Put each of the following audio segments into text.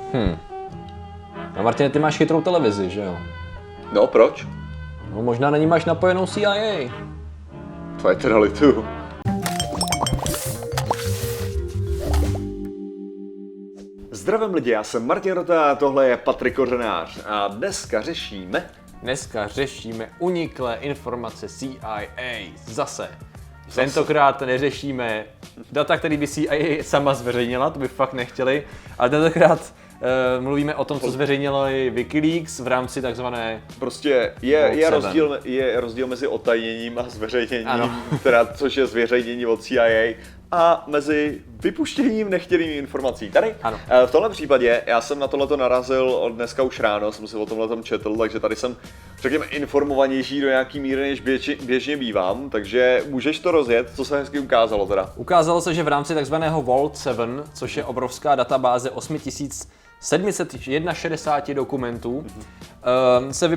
No Martine, ty máš chytrou televizi, že jo? No, proč? No možná na ní máš napojenou CIA. To je teda litu. Zdravím lidi, já jsem Martin Rota a tohle je Patrik Kořenář a dneska řešíme uniklé informace CIA. Zase. Tentokrát neřešíme data, které by CIA sama zveřejnila, to by fakt nechtěli, ale tentokrát mluvíme o tom, co zveřejnili Wikileaks v rámci takzvané... Prostě je rozdíl mezi otajněním a zveřejněním, což je zveřejnění od CIA, a mezi vypuštěním nechtěných informací. Tady v tomhle případě já jsem na tohleto narazil dneska už ráno, jsem si o tomhletom četl, takže tady jsem, řekněme, informovanější do nějaký míry, než běžně bývám, takže můžeš to rozjet, co se hezky ukázalo teda. Ukázalo se, že v rámci takzvaného Vault 7, což je obrovská databáze 8761 dokumentů, se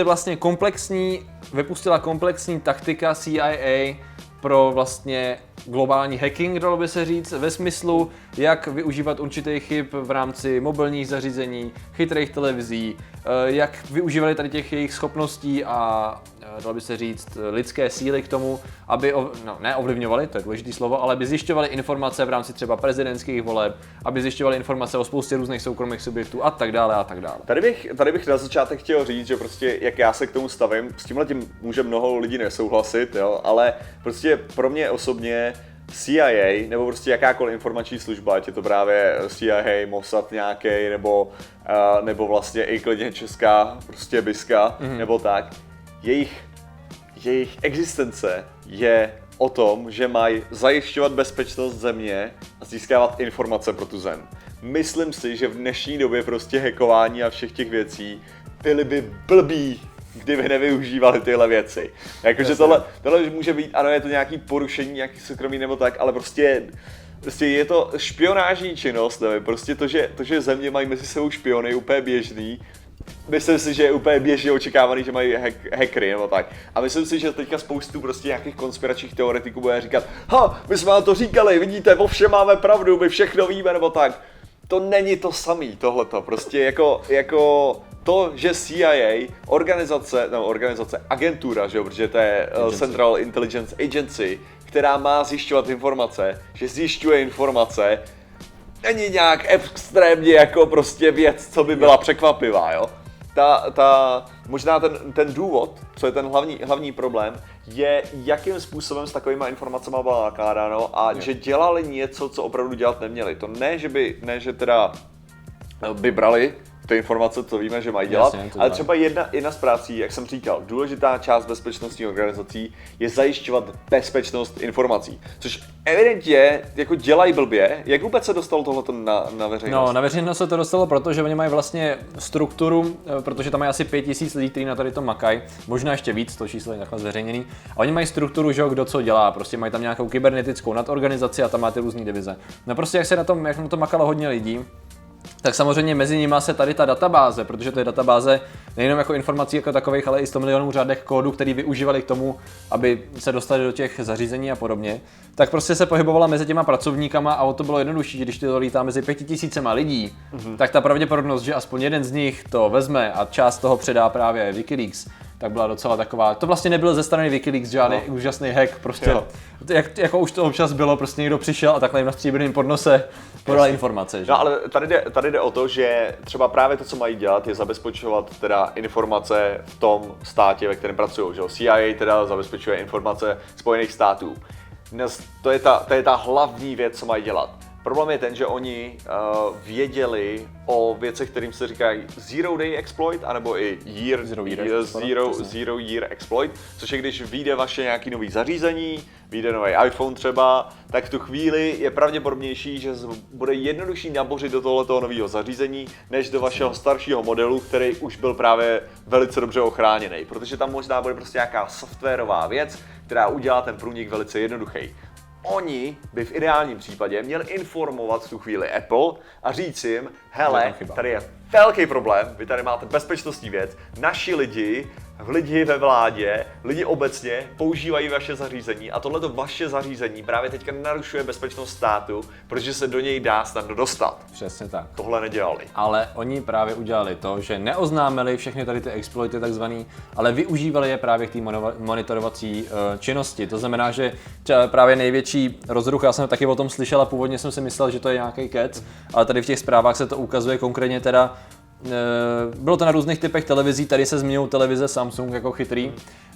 vypustila komplexní taktika CIA pro vlastně globální hacking, dalo by se říct, ve smyslu, jak využívat určitých chyb v rámci mobilních zařízení, chytrých televizí, jak využívali tady těch jejich schopností a, dalo by se říct, lidské síly k tomu, aby, neovlivňovali, to je důležité slovo, ale aby zjišťovali informace v rámci třeba prezidentských voleb, aby zjišťovali informace o spoustě různých soukromých subjektů a tak dále a tak dále. Tady bych na začátek chtěl říct, že prostě jak já se k tomu stavím, s tímhletím může mnoho lidí nesouhlasit, jo, ale prostě pro mě osobně CIA, nebo prostě jakákoliv informační služba, ať je to právě CIA, Mossad nějaký, nebo vlastně i klidně česká, prostě BISka, nebo tak, jejich existence je o tom, že mají zajišťovat bezpečnost země a získávat informace pro tu zem. Myslím si, že v dnešní době prostě hackování a všech těch věcí byly by blbý, kdyby nevyužívali tyhle věci. Jakože tohle může být, ano, je to nějaký porušení, nějaký soukromí nebo tak, ale prostě je to špionážní činnost, nevím, prostě to, že země mají mezi sebou špiony, je úplně běžný. Myslím si, že je úplně běžně očekávaný, že mají hackery nebo tak. A myslím si, že teďka spoustu prostě nějakých konspiračních teoretiků bude říkat: my jsme vám to říkali, vidíte, vo všem máme pravdu, my všechno víme nebo tak. To není to samý, tohleto, prostě jako to, že CIA, agentura, že jo, protože to je Central Intelligence Agency, která má zjišťovat informace, že zjišťuje informace, není nějak extrémně jako prostě věc, co by byla překvapivá, jo. Možná ten důvod, co je ten hlavní problém, je, jakým způsobem s takovýma informacemi bylo nakládáno a že dělali něco, co opravdu dělat neměli. To ne, že teda by brali ty informace, co víme, že mají dělat, ale třeba jedna z prací, jak jsem říkal, důležitá část bezpečnostních organizací je zajišťovat bezpečnost informací, což evidentně jako dělají blbě. Jak vůbec se dostalo tohleto na veřejnost? No, na veřejnost se to dostalo, protože oni mají vlastně strukturu, protože tam mají asi 5000 lidí, kteří na tady to makají, možná ještě víc, to číslo je takhle zveřejněný. A oni mají strukturu, že kdo co dělá, prostě mají tam nějakou kybernetickou nadorganizaci a tam máte různý divize. No prostě jak na to makalo hodně lidí, tak samozřejmě mezi nimi se tady ta databáze, protože to je databáze nejenom jako informací jako takových, ale i 100 milionů řádek kódů, který využívali k tomu, aby se dostali do těch zařízení a podobně, tak prostě se pohybovala mezi těma pracovníkama a o to bylo jednodušší, když to lítá mezi 5000 lidí, tak ta pravděpodobnost, že aspoň jeden z nich to vezme a část toho předá právě Wikileaks, tak byla docela taková. To vlastně nebyl ze strany Wikileaks žádný úžasný hack, prostě jako už to občas bylo, prostě někdo přišel a takhle jim na stříbrném podnose podal informace. Že? No ale tady jde o to, že třeba právě to, co mají dělat, je zabezpečovat teda informace v tom státě, ve kterém pracují, že CIA teda zabezpečuje informace Spojených států. Dnes to je ta hlavní věc, co mají dělat. Problém je ten, že oni věděli o věcech, kterým se říkají Zero Day Exploit, anebo i Zero Year Exploit, což je, když vyjde vaše nějaký nový zařízení, vyjde nový iPhone třeba, tak v tu chvíli je pravděpodobnější, že bude jednodušší nabořit do tohoto nového zařízení, než do vašeho staršího modelu, který už byl právě velice dobře ochráněný, protože tam možná bude prostě nějaká softwarová věc, která udělá ten průnik velice jednoduchý. Oni by v ideálním případě měli informovat v tu chvíli Apple a říct jim: hele, tady je velký problém, vy tady máte bezpečnostní věc, naši lidi lidi ve vládě, lidi obecně používají vaše zařízení a tohleto vaše zařízení právě teďka narušuje bezpečnost státu, protože se do něj dá snadno dostat. Přesně tak. Tohle nedělali. Ale oni právě udělali to, že neoznámili všechny tady ty exploity takzvaný, ale využívali je právě k té monitorovací činnosti. To znamená, že právě největší rozruch, já jsem taky o tom slyšel a původně jsem si myslel, že to je nějaký kec, ale tady v těch zprávách se to ukazuje konkrétně teda. Bylo to na různých typech televizí, tady se zmínil televize Samsung jako chytrý,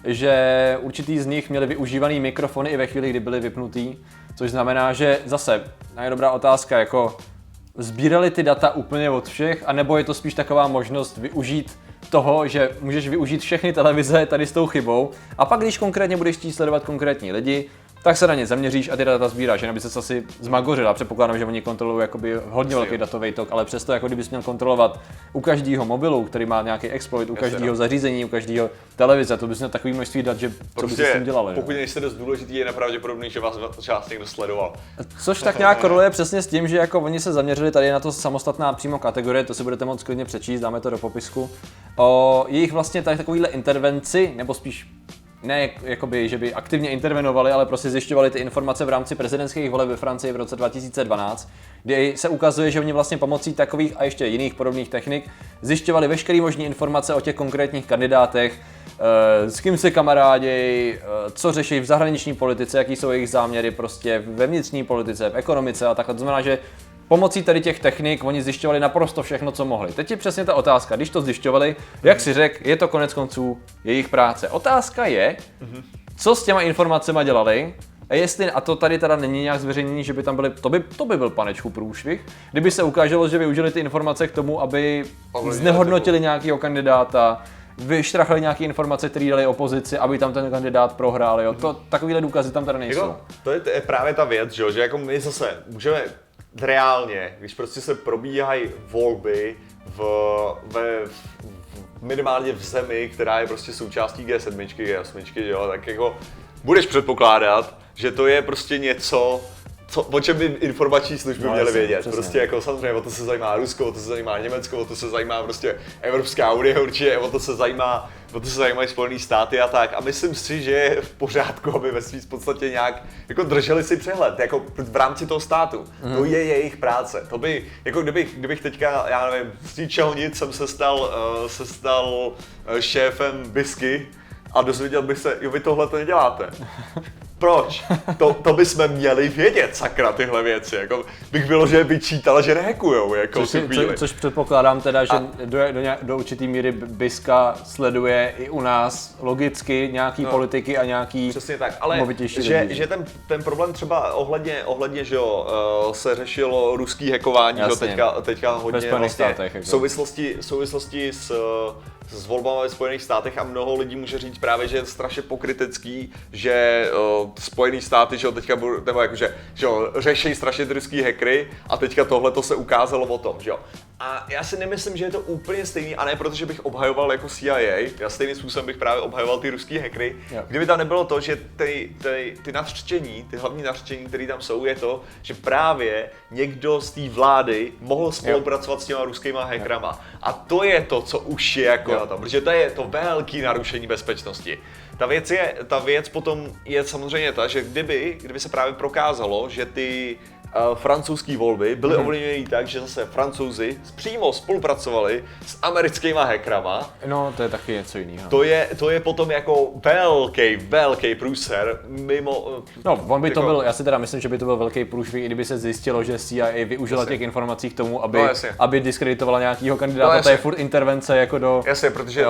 že určitý z nich měli využívaný mikrofony i ve chvíli, kdy byly vypnutý, což znamená, že zase, je dobrá otázka, jako sbírali ty data úplně od všech, anebo je to spíš taková možnost využít toho, že můžeš využít všechny televize tady s tou chybou a pak když konkrétně budeš chtít sledovat konkrétní lidi, tak se na ně zaměříš a ty data sbíráš, že aby se asi zmagořila. Předpokládám, že oni kontrolují jakoby hodně velký datový tok, ale přesto jako kdybys měl kontrolovat u každého mobilu, který má nějaký exploit, u každého zařízení, u každého televize, to bys měl takový množství dat, že co bys s tím dělali. Pokud nejste dost důležitý, je nepravděpodobný, že vás část někdo sledoval. Což tak nějak koreluje přesně s tím, že jako oni se zaměřili tady na to samostatná přímo kategorie, to si budete moc klidně přečíst, dáme to do popisku. O jejich vlastně tady takovýhle intervenci, nebo spíš ne jakoby, že by aktivně intervenovali, ale prostě zjišťovali ty informace v rámci prezidentských voleb ve Francii v roce 2012, kdy se ukazuje, že oni vlastně pomocí takových a ještě jiných podobných technik zjišťovali veškeré možné informace o těch konkrétních kandidátech, s kým se kamarádějí, co řeší v zahraniční politice, jaký jsou jejich záměry prostě ve vnitřní politice, v ekonomice a takhle. To znamená, že pomocí tady těch technik oni zjišťovali naprosto všechno, co mohli. Teď je přesně ta otázka, když to zjišťovali, jak si řekl, je to konec konců jejich práce. Otázka je, co s těma informacemi dělali, a jestli, a to tady teda není nějak zveřejnění, že by tam byly, to by byl panečku průšvih, kdyby se ukázalo, že využili ty informace k tomu, aby znehodnotili nějakého kandidáta, vyštrachli nějaké informace, které dali opozici, aby tam ten kandidát prohrál, jo. Takovýhle důkazy tam tady nejsou. To je právě ta věc, že jako my zase můžeme reálně, když prostě se probíhají volby minimálně v zemi, která je prostě součástí G7, G8, jo, tak jako budeš předpokládat, že to je prostě něco, o čem by informační služby měly vědět. Přesně. Prostě jako samozřejmě o to se zajímá Rusko, o to se zajímá Německo, o to se zajímá prostě Evropská unie určitě, o to se zajímají Spojené státy a tak. A myslím si, že je v pořádku, aby ve svým podstatě nějak jako drželi si přehled, jako v rámci toho státu. To je jejich práce. To by, jako kdybych teďka, já nevím, z ničeho nic jsem se stal šéfem BISky a dozvěděl bych se, jo, vy tohle to neděláte. Proč? To bychom měli vědět, sakra, tyhle věci. Jako, bych bylo, že vyčítal, že nehackujou. Jako což předpokládám teda, že do určitý míry BISka sleduje i u nás logicky nějaký politiky a nějaký přesně tak, ale že ten problém třeba ohledně že jo, se řešilo ruský hackování, že teďka hodně vlastně v souvislosti s volbami ve Spojených státech a mnoho lidí může říct právě, že je strašně pokrytecký, že Spojený státy, že jo, teďka nebo jakože, že jo, řeší strašně ty ruský hackery a teďka tohle to se ukázalo o tom, že jo. A já si nemyslím, že je to úplně stejný, a ne protože bych obhajoval jako CIA, já stejným způsobem bych právě obhajoval ty ruský hackery, kdyby tam nebylo to, že ty nařčení, ty hlavní nařčení, které tam jsou, je to, že právě někdo z té vlády mohl spolupracovat s těma ruskýma hackerama. A to je to, co už je jako na tom, protože to je to velké narušení bezpečnosti. Ta věc potom je samozřejmě ta, že kdyby se právě prokázalo, že ty francouzské volby byly ovlivněny tak, že zase Francouzi přímo spolupracovali s americkýma hackerama. No, to je taky něco jiného. To je potom jako velký průser mimo... No, on by to byl, já si teda myslím, že by to byl velký průšvih, i kdyby se zjistilo, že CIA využila těch informací k tomu, aby diskreditovala nějakýho kandidáta. To je furt intervence jako do... Jasně, protože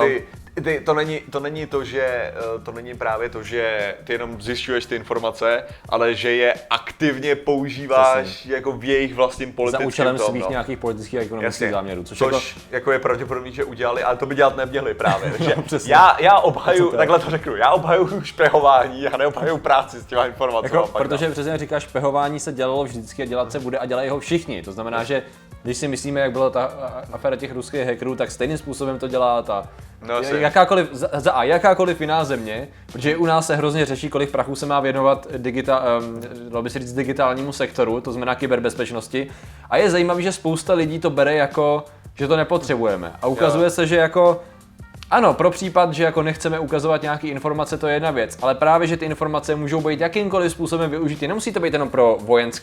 to není to, že to není právě to, že ty jenom zjišťuješ ty informace, ale že je aktivně používáš jako v jejich vlastním politickém za účelem svých nějakých politických a ekonomických záměrů. Což jako je pravděpodobný, že udělali, ale to by dělat neměli právě. Takže já obhaju, takhle to řeknu, já obhaju špehování a neobhaju práci s těma informacemi. Jako, protože přesně říkáš, špehování se dělalo vždycky a dělat se bude a dělají ho všichni. To znamená, že když si myslíme, jak byla ta aféra těch ruských hackerů, tak stejným způsobem to dělá ta jakákoliv jiná země, protože u nás se hrozně řeší, kolik prachu se má věnovat digitálnímu sektoru, to znamená kyberbezpečnosti. A je zajímavé, že spousta lidí to bere jako, že to nepotřebujeme. A ukazuje se, že jako Ano, pro případ, že jako nechceme ukazovat nějaké informace, to je jedna věc, ale právě, že ty informace můžou být jakýmkoliv způsobem využity. Nemusí to být jenom pro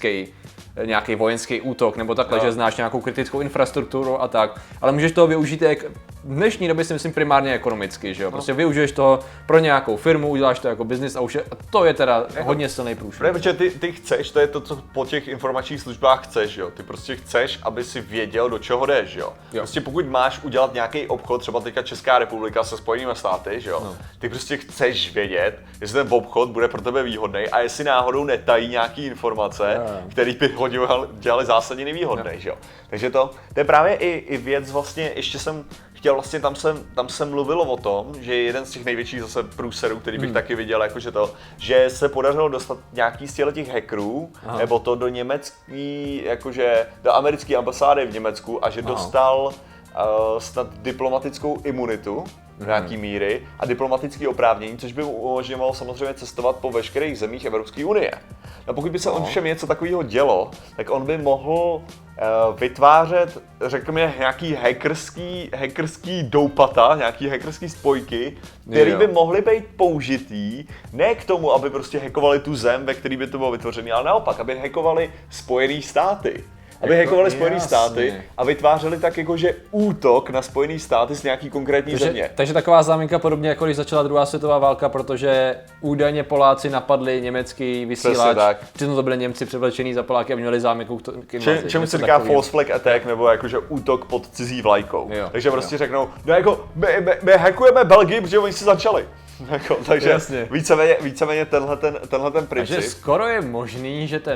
nějaký vojenský útok, nebo takhle, že znáš nějakou kritickou infrastrukturu a tak, ale můžeš toho využít v dnešní době si myslím primárně ekonomicky, že jo? Prostě využiješ toho pro nějakou firmu, uděláš to jako biznis a to je teda hodně silný průšvih. Protože ty chceš, to je to, co po těch informačních službách chceš, jo? Ty prostě chceš, aby si věděl, do čeho jdeš, jo? Prostě pokud máš udělat nějaký obchod, třeba teďka Česká republika se Spojenými státy, že jo? No. Ty prostě chceš vědět, jestli ten obchod bude pro tebe výhodný a jestli náhodou netají nějaký informace, které by ho dělali zásadně nevýhodný, že jo? Takže to je právě i věc vlastně, ještě jsem chtěl vlastně, tam jsem mluvil o tom, že jeden z těch největších zase průserů, který bych taky viděl, jakože že se podařilo dostat nějaký z těch hackerů, nebo to do německý, jakože do americké ambasády v Německu a že dostal snad diplomatickou imunitu v nějaký míry a diplomatické oprávnění, což by mu umožňovalo samozřejmě cestovat po veškerých zemích Evropské unie. No pokud by se on všem něco takového dělo, tak on by mohl vytvářet, řekněme, nějaký hackerský doupata, nějaký hackerský spojky, které by mohly být použitý ne k tomu, aby prostě hackovali tu zem, ve který by to bylo vytvořené, ale naopak, aby hackovali Spojené státy. Aby hackovali Spojené státy a vytvářeli tak jakože útok na Spojené státy z nějaký konkrétní země. Takže taková záminka podobně jako když začala druhá světová válka, protože údajně Poláci napadli německý vysílač, přitom to byli Němci převlečený za Poláky a měli záminku k invazi. Čemu se říká false flag attack, nebo jakože útok pod cizí vlajkou. Takže prostě řeknou, no jako my hackujeme Belgii, protože oni si začali. Takže víceméně tenhle ten princip. Takže skoro je možný, že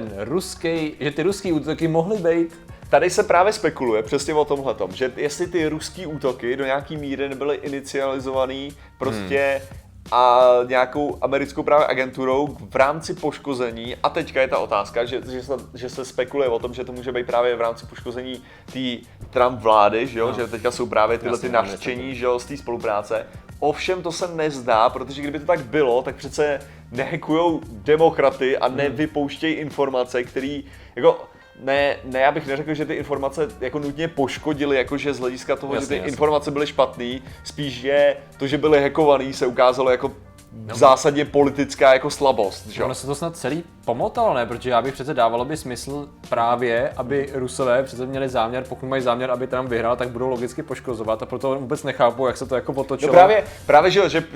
ty ruský útoky mohly být. Tady se právě spekuluje přesně o tomhletom, že jestli ty ruský útoky do nějaký míry nebyly inicializovaný prostě a nějakou americkou právě agenturou v rámci poškození, a teďka je ta otázka, že se spekuluje o tom, že to může být právě v rámci poškození té Trump vlády, že jo, že teďka jsou právě tyhle ty nařčení, že jo, z té spolupráce. Ovšem to se nezdá, protože kdyby to tak bylo, tak přece nehackujou demokraty a nevypouštějí informace, které jako ne, já bych neřekl, že ty informace jako nutně poškodily, jakože z hlediska toho, že ty informace byly špatný, spíš že to, že byly hackovaný, se ukázalo jako v zásadě politická jako slabost, že? Ono se to snad celý pomotalo, ne? Protože já bych přece dávalo by smysl právě, aby Rusové přece měli záměr, pokud mají záměr, aby Trump vyhrál, tak budou logicky poškozovat a proto vůbec nechápu, jak se to jako potočilo. No právě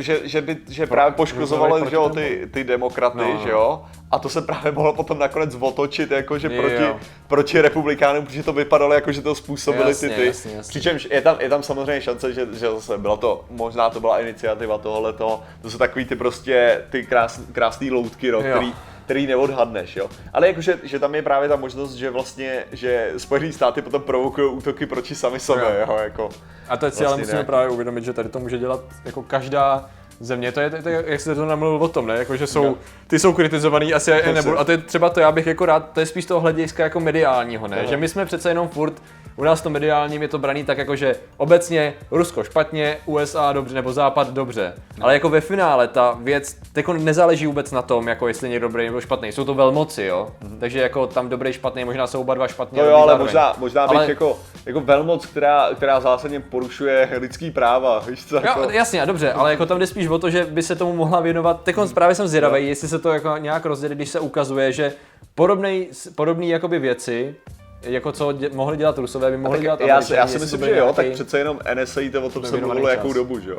že právě poškozovali, že jo, ty demokraty, že jo? A to se právě mohlo potom nakonec otočit jakože proti republikánům, protože to vypadalo jako, že to způsobili ty. Přičemž je tam samozřejmě šance, že zase možná to byla iniciativa tohleto, to jsou takový ty prostě ty krásný loutky, no, který neodhadneš, jo. Ale jakože, že tam je právě ta možnost, že vlastně, že Spojené státy potom provokují útoky proti sami sobě, jo, jako. A teď si ale musíme právě uvědomit, že tady to může dělat jako každá země, to je jak jste to namluvil o tom, ne? Jako, že ty jsou kritizovaný, asi nebudu, a to je třeba to, já bych jako rád, to je spíš toho hlediska jako mediálního, ne? Že my jsme přece jenom furt, u nás to mediálním je to braný tak jako, že obecně Rusko špatně, USA dobře, nebo Západ dobře, ale jako ve finále ta věc, jako nezáleží vůbec na tom, jako jestli někdo dobrý nebo špatný, jsou to velmoci, jo? Takže jako tam dobrý, špatný, možná jsou oba dva špatně. No jo, ale možná bych jako velmoc, která zásadně porušuje lidský práva, víš co? Jo, jasně, dobře, ale jako tam jde spíš o to, že by se tomu mohla věnovat, právě jsem zvědavý, jestli se to jako nějak rozdělí, když se ukazuje, že podobný jakoby věci, jako co mohli dělat Rusové, by mohli dělat Američané. Já si myslím, že jo, tak přece jenom NSA to o tom se mluvilo jakou dobu, že jo?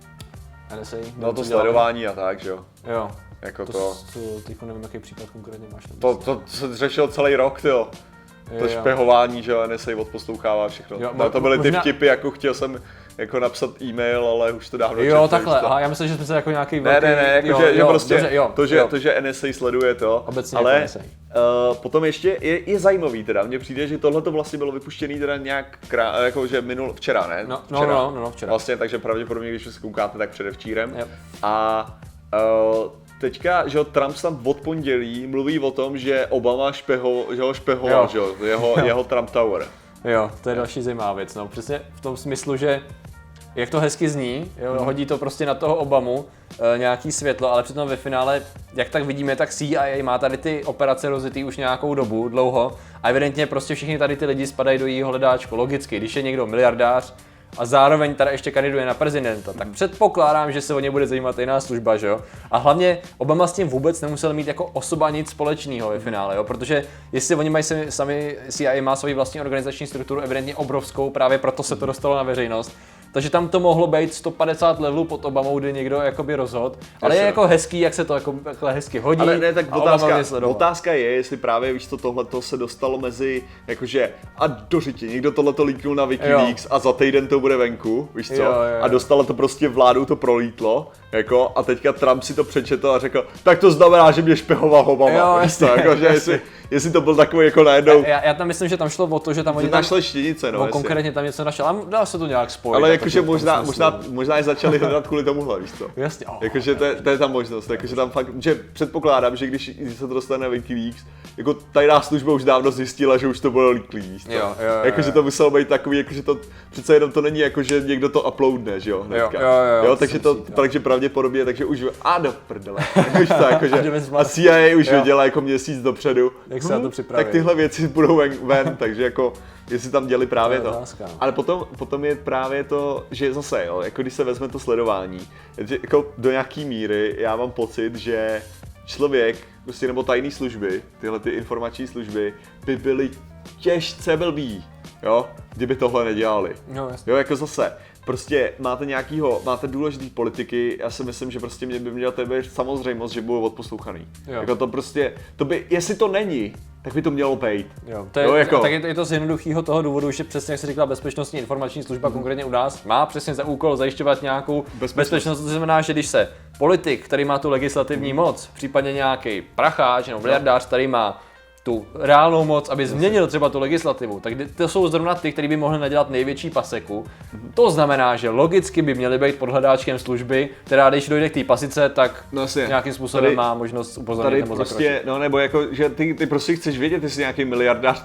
NSA? No to sledování a tak, že jo? Jo. Jako teďko nevím, jaký případ konkrétně máš. To se řešilo celý rok, tyjo. To špehování, že jo, NSA odposlouchává všechno. Jo, to byly ty vtipy, jako chtěl jsem jako napsat e-mail, ale už to dávno Jo, takhle, aha, já myslím, že jsme se jako nějaký velký... Ne, jako že prostě to, že NSA sleduje to, obecně ale jako NSA. Potom ještě je zajímavý teda, mně přijde, že tohle to vlastně bylo vypuštěný teda nějak jakože včera, ne? Včera. Vlastně, takže pravděpodobně, když se koukáte, tak předevčírem. Yep. A teďka, že Trump tam od pondělí mluví o tom, že Obama špehoval, že jeho Trump Tower. Jo, to je další zajímavá věc, no, přesně v tom smyslu, že jak to hezky zní, jo, hodí to prostě na toho Obamu nějaký světlo, ale přitom ve finále, jak tak vidíme, tak CIA má tady ty operace rozjetý už nějakou dobu, dlouho, a evidentně prostě všichni tady ty lidi spadají do jejího hledáčku, logicky, když je někdo miliardář a zároveň teda ještě kandiduje na prezidenta, tak předpokládám, že se o ně bude zajímat jiná služba, že jo? A hlavně Obama s tím vůbec nemusel mít jako osoba nic společného ve finále, jo? Protože jestli oni mají sami CIA má svoji vlastní organizační strukturu evidentně obrovskou, právě proto se to dostalo na veřejnost. Takže tam to mohlo být 150 levelů pod Obamou, kdy někdo jakoby rozhod, ale je jako hezký, jak se to jako hezky hodí. Ale ne, tak a otázka je, jestli právě víš, tohleto se dostalo mezi, jakože a dořitě, někdo tohleto líknul na Wikileaks a za týden to bude venku, víš co? Jo. A dostalo to prostě vládou, to prolítlo, jako a teďka Trump si to přečetl a řekl, tak to znamená, že mě špehoval Obama, víš co? Jako, že jestli to byl takový jako najednou. Já tam myslím, že tam šlo o to, že tam oni našli štěnice, no. Konkrétně tam něco našel, a dá se to nějak spojit. Ale jakože možná i začali hledat kvůli tomuhle, víš co? Jasně. Jakože to je ta možnost, jakože tam fakt, že předpokládám, že když se to dostane na Wikileaks, jako tajná služba už dávno zjistila, že už to bylo leaklý, víš co? Jo. Jakože to muselo být takový, jakože to přece jenom to není jako, že někdo to uploadne, že jo, hnedka. Jo, takže pravděpodobně, takže už do prdele. Už to jakože a CIA už věděla jako měsíc dopředu. Jak se na to připravit. Tak tyhle věci budou ven, takže jako jestli tam děli právě to. Ale potom je právě to, že zase, jo, jako když se vezme to sledování, jako do nějaký míry já mám pocit, že člověk, prostě nebo tajné služby, tyhle ty informační služby, by byly těžce blbý, jo, kdyby tohle nedělali. Jo, jako zase. Prostě máte důležitý politiky, já si myslím, že prostě by měla tebe samozřejmost, že budou odposlouchaný. Jako to prostě, jestli to není, tak by to mělo být. Tak je to z jednoduchého toho důvodu, že přesně jak se říkala bezpečnostní informační služba, konkrétně u nás, má přesně za úkol zajišťovat nějakou bezpečnost. To znamená, že když se politik, který má tu legislativní moc, případně nějaký pracháč nebo miliardář, který má tu reálnou moc, aby změnil třeba tu legislativu, tak to jsou zrovna ty, kteří by mohli nadělat největší paseku. To znamená, že logicky by měli být pod hledáčkem služby, která když dojde k té pasice, tak nějakým způsobem tady, má možnost upozornit nebo prostě, zakročit. No nebo jako, že ty prostě chceš vědět, jestli nějaký miliardář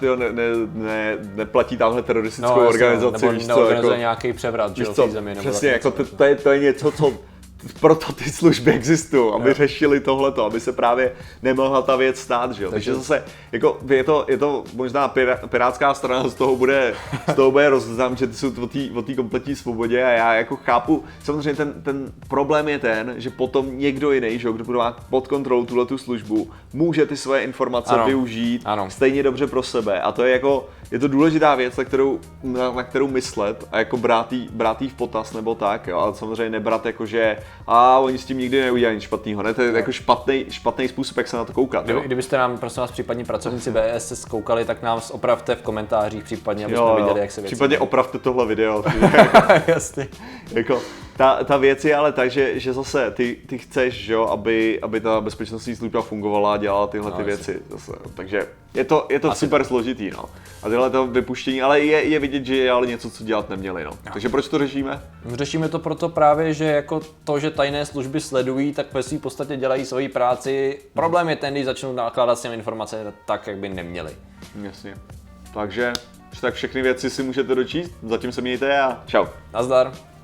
neplatí tamhle teroristickou organizaci, nebo neorganizuje nějaký převrat, že v té zemi. Přesně, jako to je něco, co proto ty služby existují, aby řešili tohleto, aby se právě nemohla ta věc stát, že jo. Takže zase, jako je to možná pirátská strana z toho bude rozdám, že ty jsou o té kompletní svobodě a já jako chápu, samozřejmě ten problém je ten, že potom někdo jiný, že jo, kdo bude mít pod kontrolou tuhletu službu, může ty svoje informace využít stejně dobře pro sebe a to je jako, je to důležitá věc, na kterou myslet a jako brát jí v potaz nebo tak, jo, ale samozřejmě nebrat jako, že oni s tím nikdy neudělají nic špatného, ne? To je jako špatný způsob, jak se na to koukat. Kdybyste nám, prosím vás, případně pracovníci VS se zkoukali, tak nám opravte v komentářích případně, aby jsme viděli, jak se věci. Případně opravte tohle video. Jasně. Jako, ta věc je ale tak, že zase ty chceš, že jo, aby ta bezpečnostní služba fungovala a dělala tyhle ty věci. Zase. Takže je to super složitý, no. A tyhle to vypuštění, ale je vidět, že je ale něco, co dělat neměli, no. Takže proč to řešíme? Řešíme to proto právě, že jako to, že tajné služby sledují, tak ve své podstatě dělají svoji práci. Problém je ten, když začnou nakládat s těmi informace tak, jak by neměli. Jasně. Takže tak všechny věci si můžete dočíst. Zatím se mějte a čau. Nazdar.